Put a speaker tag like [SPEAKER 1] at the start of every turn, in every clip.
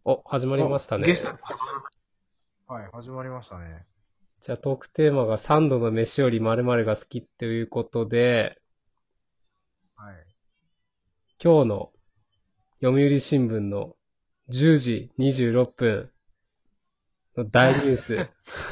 [SPEAKER 1] お、始まりましたね。
[SPEAKER 2] ゲスト。はい、始まりましたね。
[SPEAKER 1] じゃあトークテーマが3度の飯より〇〇が好きということで、
[SPEAKER 2] はい。
[SPEAKER 1] 今日の読売新聞の10時26分の大ニュース。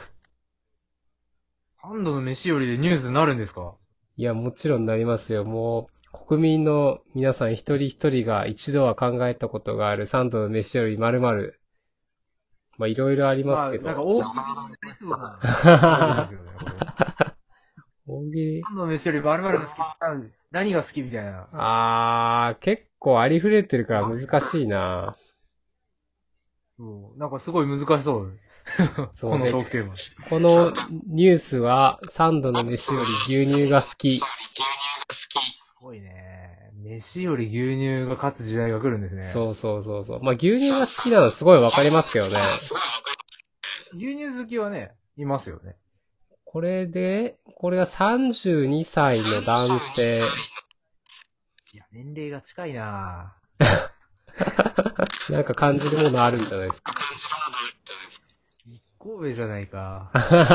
[SPEAKER 2] 3度の飯よりでニュースになるんですか？
[SPEAKER 1] いや、もちろんなりますよ。もう、国民の皆さん一人一人が一度は考えたことがある3度の飯より〇〇。まあ、いろいろあります
[SPEAKER 2] まあ、
[SPEAKER 1] けど。
[SPEAKER 2] なんか大喜利になりそうなタイトルですよね、これ。
[SPEAKER 1] 大喜利。
[SPEAKER 2] 3度の飯より〇〇が好き、何が好きみたいな。
[SPEAKER 1] 結構ありふれてるから難しいな。
[SPEAKER 2] そう、なんかすごい難しそう。この
[SPEAKER 1] そうで、
[SPEAKER 2] トークテーマ。
[SPEAKER 1] このニュースは3度の飯より牛乳が好き。
[SPEAKER 2] すごいね。飯より牛乳が勝つ時代が来るんですね。
[SPEAKER 1] そうそうそうそう。まあ、牛乳が好きなのすごいわかりますけどね。
[SPEAKER 2] 牛乳好きはね、いますよね。
[SPEAKER 1] これが32歳の男性。
[SPEAKER 2] いや、年齢が近いな
[SPEAKER 1] なんか感じるものあるんじゃないですか。
[SPEAKER 2] 一個上じゃないか。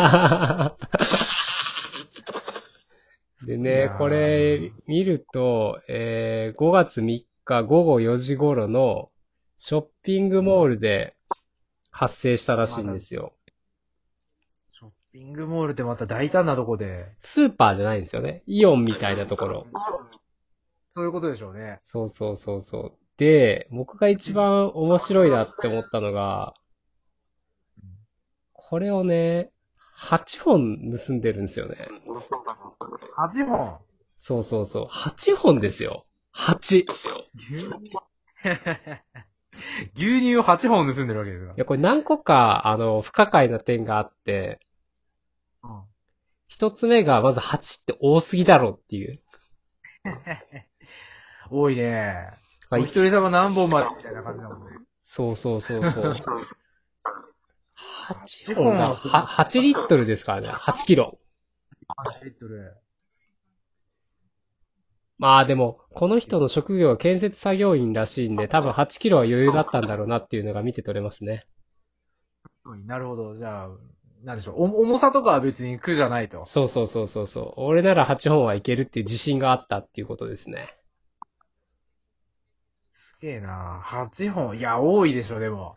[SPEAKER 1] で
[SPEAKER 2] いや
[SPEAKER 1] ね、これ見ると、5月3日午後4時頃のショッピングモールで発生したらしいん
[SPEAKER 2] また、
[SPEAKER 1] ですよ。
[SPEAKER 2] ショッピングモールってまた大胆なとこで、
[SPEAKER 1] スーパーじゃないんですよね。イオンみたいなところ。
[SPEAKER 2] そういうことでしょうね。
[SPEAKER 1] そうそうそうそう。で、僕が一番面白いなって思ったのが、これをね、8本盗んでるんですよね。
[SPEAKER 2] 8本。
[SPEAKER 1] そうそうそう。8本ですよ。8。い
[SPEAKER 2] 牛乳牛乳を8本盗んでるわけですか？
[SPEAKER 1] や、これ何個か、不可解な点があって、
[SPEAKER 2] うん。
[SPEAKER 1] 一つ目が、まず8って多すぎだろっていう。
[SPEAKER 2] 多いね。
[SPEAKER 1] まあ、
[SPEAKER 2] お一人様何本までみたいな感じだもんね。
[SPEAKER 1] そうそうそうそう。8
[SPEAKER 2] 8
[SPEAKER 1] 本が、
[SPEAKER 2] 本はすごい。
[SPEAKER 1] 8リットルですからね。8キロ。
[SPEAKER 2] 8リットル。
[SPEAKER 1] まあでも、この人の職業は建設作業員らしいんで、多分8キロは余裕だったんだろうなっていうのが見て取れますね。
[SPEAKER 2] なるほど。じゃあ、なんでしょう。重さとかは別に苦じゃないと。
[SPEAKER 1] そうそうそうそうそう。俺なら8本はいけるっていう自信があったっていうことですね。
[SPEAKER 2] すげえな。8本。いや、多いでしょ、でも。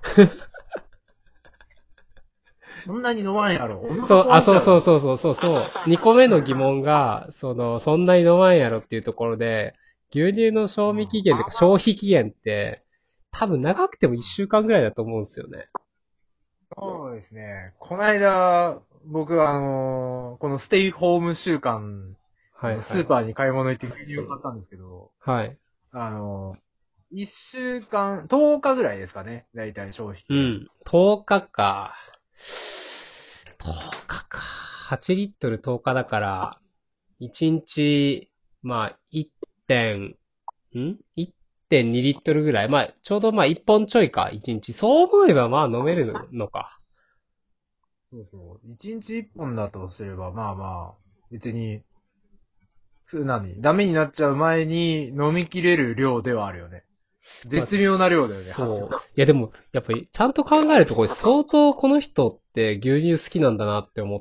[SPEAKER 2] そんなに飲まんやろ。お腹
[SPEAKER 1] そう、そうそう
[SPEAKER 2] 壊しちゃうよ。
[SPEAKER 1] そうそうそうそう。2個目の疑問が、そんなに飲まんやろっていうところで、牛乳の賞味期限とか消費期限って、多分長くても1週間ぐらいだと思うんですよね。
[SPEAKER 2] そうですね。この間、僕はこのステイホーム週間、
[SPEAKER 1] はいはい。
[SPEAKER 2] スーパーに買い物行って牛乳を買ったんですけど、
[SPEAKER 1] はい。
[SPEAKER 2] あの1週間、10日ぐらいですかね。だいたい消費期限。
[SPEAKER 1] うん。10日か。10日か。8リットル10日だから、1日、まあ、1.2リットルぐらい。まあ、ちょうどまあ1本ちょいか、1日。そう思えばまあ飲めるのか。
[SPEAKER 2] そうそう。1日1本だとすれば、まあまあ、別に、ダメになっちゃう前に飲み切れる量ではあるよね。
[SPEAKER 1] まあ、
[SPEAKER 2] 絶妙な量だよね、8
[SPEAKER 1] そう。
[SPEAKER 2] 本。
[SPEAKER 1] いやでも、やっぱり、ちゃんと考えるとこれ相当この人って牛乳好きなんだなって思って、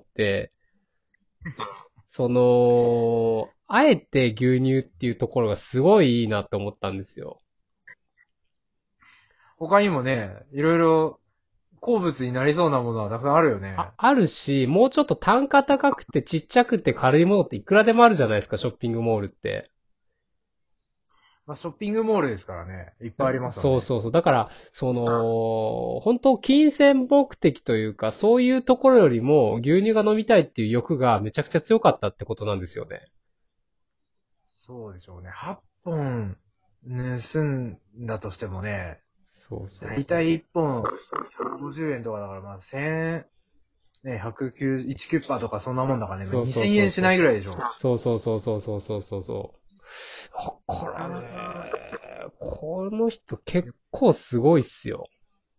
[SPEAKER 1] あえて牛乳っていうところがすごいいいなって思ったんですよ。
[SPEAKER 2] 他にもね、いろいろ好物になりそうなものはたくさんあるよね。
[SPEAKER 1] あるし、もうちょっと単価高くてちっちゃくて軽いものっていくらでもあるじゃないですか、ショッピングモールって。
[SPEAKER 2] まあ、ショッピングモールですからね、いっぱいありますよね。
[SPEAKER 1] そうそうそう。だから、本当金銭目的というか、そういうところよりも牛乳が飲みたいっていう欲がめちゃくちゃ強かったってことなんですよね。
[SPEAKER 2] そうでしょうね。8本盗んだとしてもね、
[SPEAKER 1] そうそう
[SPEAKER 2] だい
[SPEAKER 1] そう。
[SPEAKER 2] たい1本150円とかだから、まあ1000、ね、109、1キュッパーとかそんなもんだからね、まあ
[SPEAKER 1] そうそう
[SPEAKER 2] 2000円し
[SPEAKER 1] そうそう。
[SPEAKER 2] ないぐらいでしょ。
[SPEAKER 1] そうそうそうそうそうそうそうそう。これね、この人結構すごいっすよ。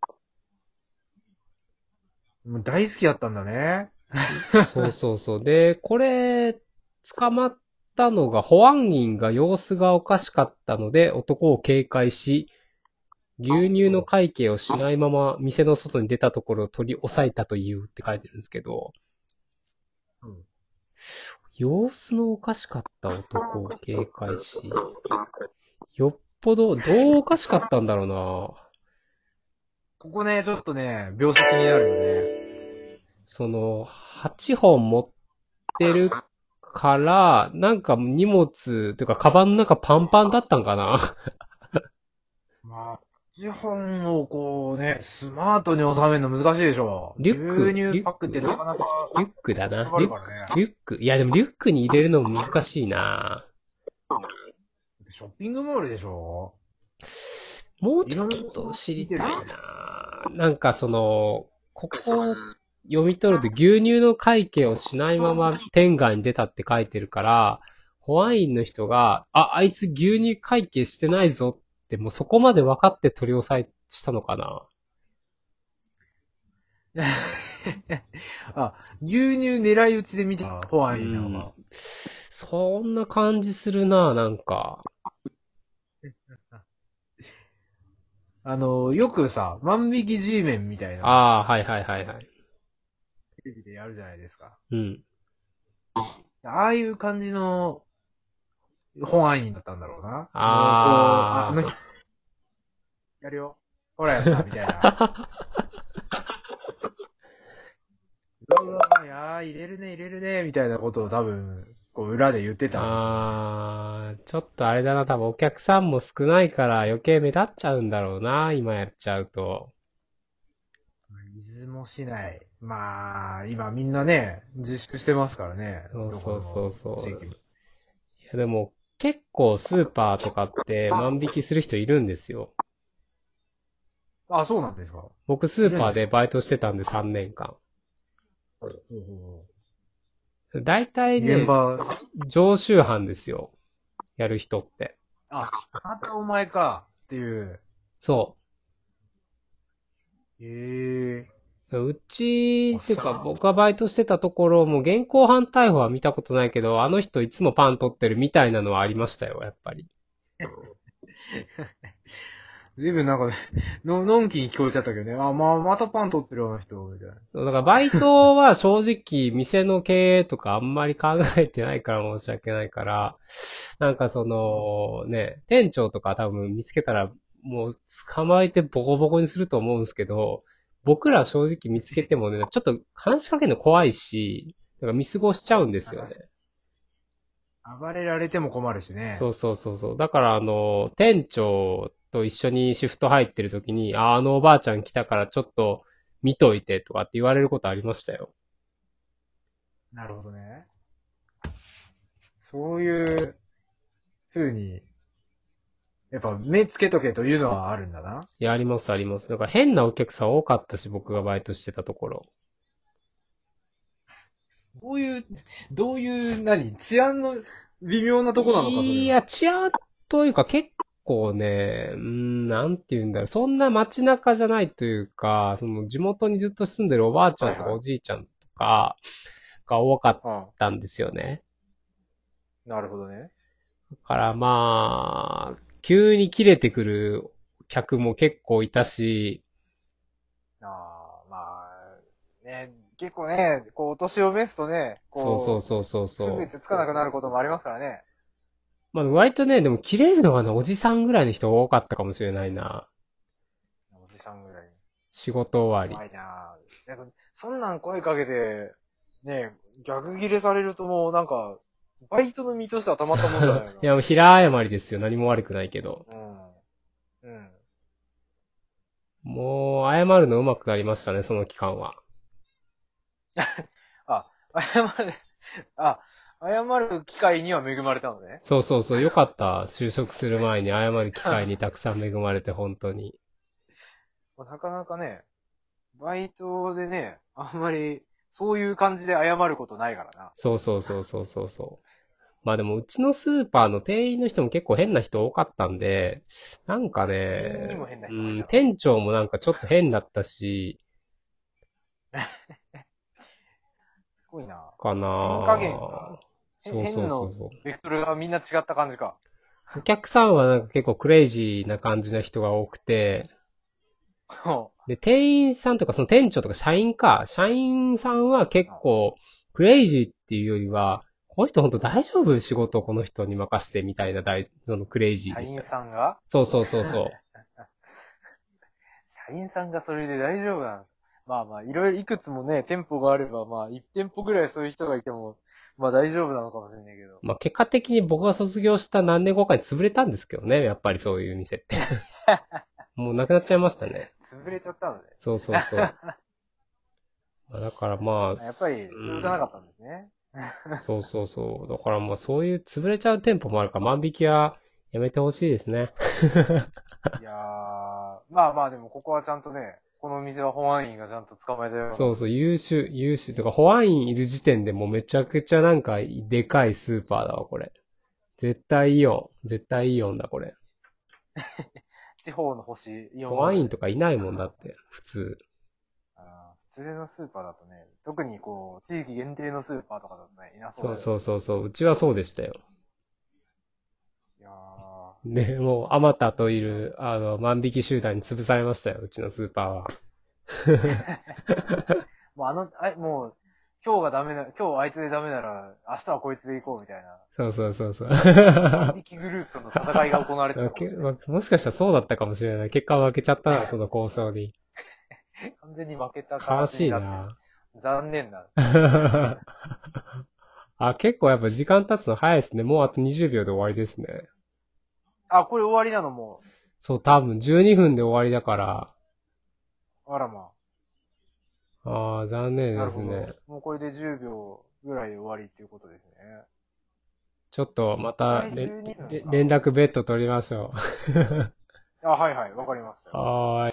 [SPEAKER 2] もう大好きだったんだね。
[SPEAKER 1] そうそうそう。で、これ、捕まったのが保安員が様子がおかしかったので男を警戒し、 牛乳の会計をしないまま店の外に出たところを取り押さえたというって書いてるんですけど、
[SPEAKER 2] うん。
[SPEAKER 1] 様子のおかしかった男を警戒し、よっぽど、どうおかしかったんだろうな。
[SPEAKER 2] ここね、ちょっとね、描写気になるよね。
[SPEAKER 1] その、8本持ってるから、なんか荷物、というか、カバンの中パンパンだったんかな。
[SPEAKER 2] まあ、基本をこうね、スマートに収めるの難しいでしょ。
[SPEAKER 1] リュック、
[SPEAKER 2] 牛乳パックってなかなか
[SPEAKER 1] リュックだな。
[SPEAKER 2] かかるからね。
[SPEAKER 1] リュック。いや、でもリュックに入れるのも難しいな。
[SPEAKER 2] ショッピングモールでしょ。
[SPEAKER 1] もうちょっと知りたいな。なんかその、ここを読み取ると牛乳の会計をしないまま天外に出たって書いてるから、保安員の人が、あいつ牛乳会計してないぞってもうそこまで分かって取り押さえしたのかな。
[SPEAKER 2] あ、牛乳狙い撃ちで見てた保安員なのか。
[SPEAKER 1] そんな感じするな、なんか。
[SPEAKER 2] よくさ、万引き G メンみたいな、
[SPEAKER 1] ああ、はいはいはいはい。
[SPEAKER 2] テレビでやるじゃないですか。
[SPEAKER 1] うん。
[SPEAKER 2] ああいう感じの保安員だったんだろうな。もうこう、
[SPEAKER 1] ああ。
[SPEAKER 2] やるよ。ほらやった、みたいな。うわ、入れるね、入れるね、みたいなことを多分、こう、裏で言ってたんでしょうね。
[SPEAKER 1] あー、ちょっとあれだな、多分お客さんも少ないから余計目立っちゃうんだろうな、今やっちゃうと。
[SPEAKER 2] 出雲市内。まあ、今みんなね、自粛してますからね。
[SPEAKER 1] そう
[SPEAKER 2] どこ
[SPEAKER 1] そうそう
[SPEAKER 2] の地域も。
[SPEAKER 1] そう。いやでも、結構スーパーとかって万引きする人いるんですよ。
[SPEAKER 2] あ、そうなんですか。
[SPEAKER 1] 僕スーパーでバイトしてたんで3年間。
[SPEAKER 2] ほうほうほ
[SPEAKER 1] 大体
[SPEAKER 2] う。現
[SPEAKER 1] ね、
[SPEAKER 2] 場、
[SPEAKER 1] 常習犯ですよ。やる人って。
[SPEAKER 2] あ、またお前か、っていう。
[SPEAKER 1] そ
[SPEAKER 2] ええ
[SPEAKER 1] う。うち、
[SPEAKER 2] あ、
[SPEAKER 1] っていうか
[SPEAKER 2] そう。
[SPEAKER 1] 僕がバイトしてたところ、もう現行犯逮捕は見たことないけど、あの人いつもパン取ってるみたいなのはありましたよ、やっぱり。
[SPEAKER 2] ずいぶんなんか、のんきに聞こえちゃったけどね。あ、またパン取ってるような人、みたいな。
[SPEAKER 1] そう、だからバイトは正直店の経営とかあんまり考えてないから申し訳ないから、なんかその、ね、店長とか多分見つけたらもう捕まえてボコボコにすると思うんですけど、僕ら正直見つけてもね、ちょっと話しかけるの怖いし、なんか見過ごしちゃうんですよね。
[SPEAKER 2] 暴れられても困るしね。
[SPEAKER 1] そうそうそうそう。だから店長と一緒にシフト入ってる時に、あのおばあちゃん来たからちょっと見といてとかって言われることありましたよ。
[SPEAKER 2] なるほどね。そういう風に、やっぱ目つけとけというのはあるんだな。
[SPEAKER 1] いや、ありますあります。なんか変なお客さん多かったし、僕がバイトしてたところ。
[SPEAKER 2] どういう、治安の微妙なとこなのか、それは。
[SPEAKER 1] いや、治安というか結構ね、なんて言うんだろう。そんな街中じゃないというか、その地元にずっと住んでるおばあちゃんとかおじいちゃんとかが多かっ
[SPEAKER 2] あ
[SPEAKER 1] たんですよね。
[SPEAKER 2] あ、なるほどね。
[SPEAKER 1] だからまあ、急に切れてくる客も結構いたし、
[SPEAKER 2] ああ、まあ、ね、結構ね、こう、お年を召すとね、
[SPEAKER 1] そうそう
[SPEAKER 2] こ
[SPEAKER 1] そうそう
[SPEAKER 2] う、区
[SPEAKER 1] そう。
[SPEAKER 2] 別つかなくなることもありますからね。
[SPEAKER 1] まあ割とね、でも切れるのはね、おじさんぐらいの人が多かったかもしれないな。
[SPEAKER 2] おじさんぐらい。
[SPEAKER 1] 仕事終わり。
[SPEAKER 2] 怖いなぁ。なんかそんなん声かけて、ね、逆ギレされるともうなんか、バイトの身としてはたまったもんじゃない
[SPEAKER 1] いや、もう平謝りですよ。何も悪くないけど。
[SPEAKER 2] な。うん。うん。
[SPEAKER 1] もう、謝るの上手くなりましたね、その期間は。
[SPEAKER 2] あ、謝る、あ、謝る機会には恵まれたのね。
[SPEAKER 1] そうそうそう、よかった。就職する前に謝る機会にたくさん恵まれて、本当に。
[SPEAKER 2] なかなかね、バイトでね、あんまり、そういう感じで謝ることないからな。
[SPEAKER 1] そうそうそうそうそうそう。まあでも、うちのスーパーの店員の人も結構変な人多かったんで、なんかね、
[SPEAKER 2] 店員にも変な人がいたの。
[SPEAKER 1] 店長もなんかちょっと変だったし、
[SPEAKER 2] すごいな。
[SPEAKER 1] かな
[SPEAKER 2] 変加減が、
[SPEAKER 1] そうそう
[SPEAKER 2] 変の
[SPEAKER 1] そうそう。
[SPEAKER 2] ベクトルがみんな違った感じか。
[SPEAKER 1] お客さんはなんか結構クレイジーな感じな人が多くて、で、店員さんとかその店長とか社員さんは結構クレイジーっていうよりは、この人ほんと大丈夫仕事をこの人に任せてみたいなそのクレイジー
[SPEAKER 2] 社員
[SPEAKER 1] でした。
[SPEAKER 2] さんが
[SPEAKER 1] そうそうそうそう。
[SPEAKER 2] 社員さんがそれで大丈夫なの？まあまあ、いろいろいくつもね、店舗があれば、まあ、1店舗ぐらいそういう人がいても、まあ大丈夫なのかもしれないけど。
[SPEAKER 1] まあ結果的に僕が卒業した何年後かに潰れたんですけどね、やっぱりそういう店って。もうなくなっちゃいましたね。
[SPEAKER 2] 潰れちゃったのね。
[SPEAKER 1] そうそうそう。まあだからまあ、
[SPEAKER 2] やっぱり続かなかったんですね。
[SPEAKER 1] そうそうそう。だからまあそういう潰れちゃう店舗もあるから万引きはやめてほしいですね。
[SPEAKER 2] いやー、まあまあでもここはちゃんとね、このお店は保安員がちゃんと捕まえたような。
[SPEAKER 1] そうそう、優秀。とか保安員いる時点でもうめちゃくちゃなんかでかいスーパーだわ、これ。絶対イオンだ、これ。
[SPEAKER 2] 地方の星、イオン
[SPEAKER 1] 保安員
[SPEAKER 2] モール。
[SPEAKER 1] とかいないもんだって、普通。
[SPEAKER 2] 普通のスーパーだとね、特にこう、地域限定のスーパーとかだとね、いなそう
[SPEAKER 1] そう
[SPEAKER 2] だよね。
[SPEAKER 1] そうそうそう、うちはそうでしたよ。
[SPEAKER 2] いやー、
[SPEAKER 1] で、もう、あまたといる、万引き集団に潰されましたよ、うちのスーパーは。
[SPEAKER 2] もうもう、今日がダメな、今日あいつでダメなら、明日はこいつで行こうみたいな。
[SPEAKER 1] そうそうそうそう。
[SPEAKER 2] 万引きグループとの戦いが行われてたかもしれない。
[SPEAKER 1] もしかしたらそうだったかもしれない。結果負けちゃったな、その構想に。
[SPEAKER 2] 完全に負けた
[SPEAKER 1] 悲しい
[SPEAKER 2] 形になってる。
[SPEAKER 1] な。
[SPEAKER 2] 残念な。
[SPEAKER 1] あ、結構やっぱ時間経つの早いですね。もうあと20秒で終わりですね。
[SPEAKER 2] あ、これ終わりなのも
[SPEAKER 1] そう、多分12分で終わりだから、
[SPEAKER 2] う。あらま
[SPEAKER 1] ああ、残念
[SPEAKER 2] あ。なるほど。
[SPEAKER 1] ですね。
[SPEAKER 2] もうこれで10秒ぐらいで終わりっていうことですね。
[SPEAKER 1] ちょっとまた
[SPEAKER 2] これ12分か。
[SPEAKER 1] 連絡別途取りましょう。
[SPEAKER 2] あ、はいはい、わかりましたよ。
[SPEAKER 1] ああ。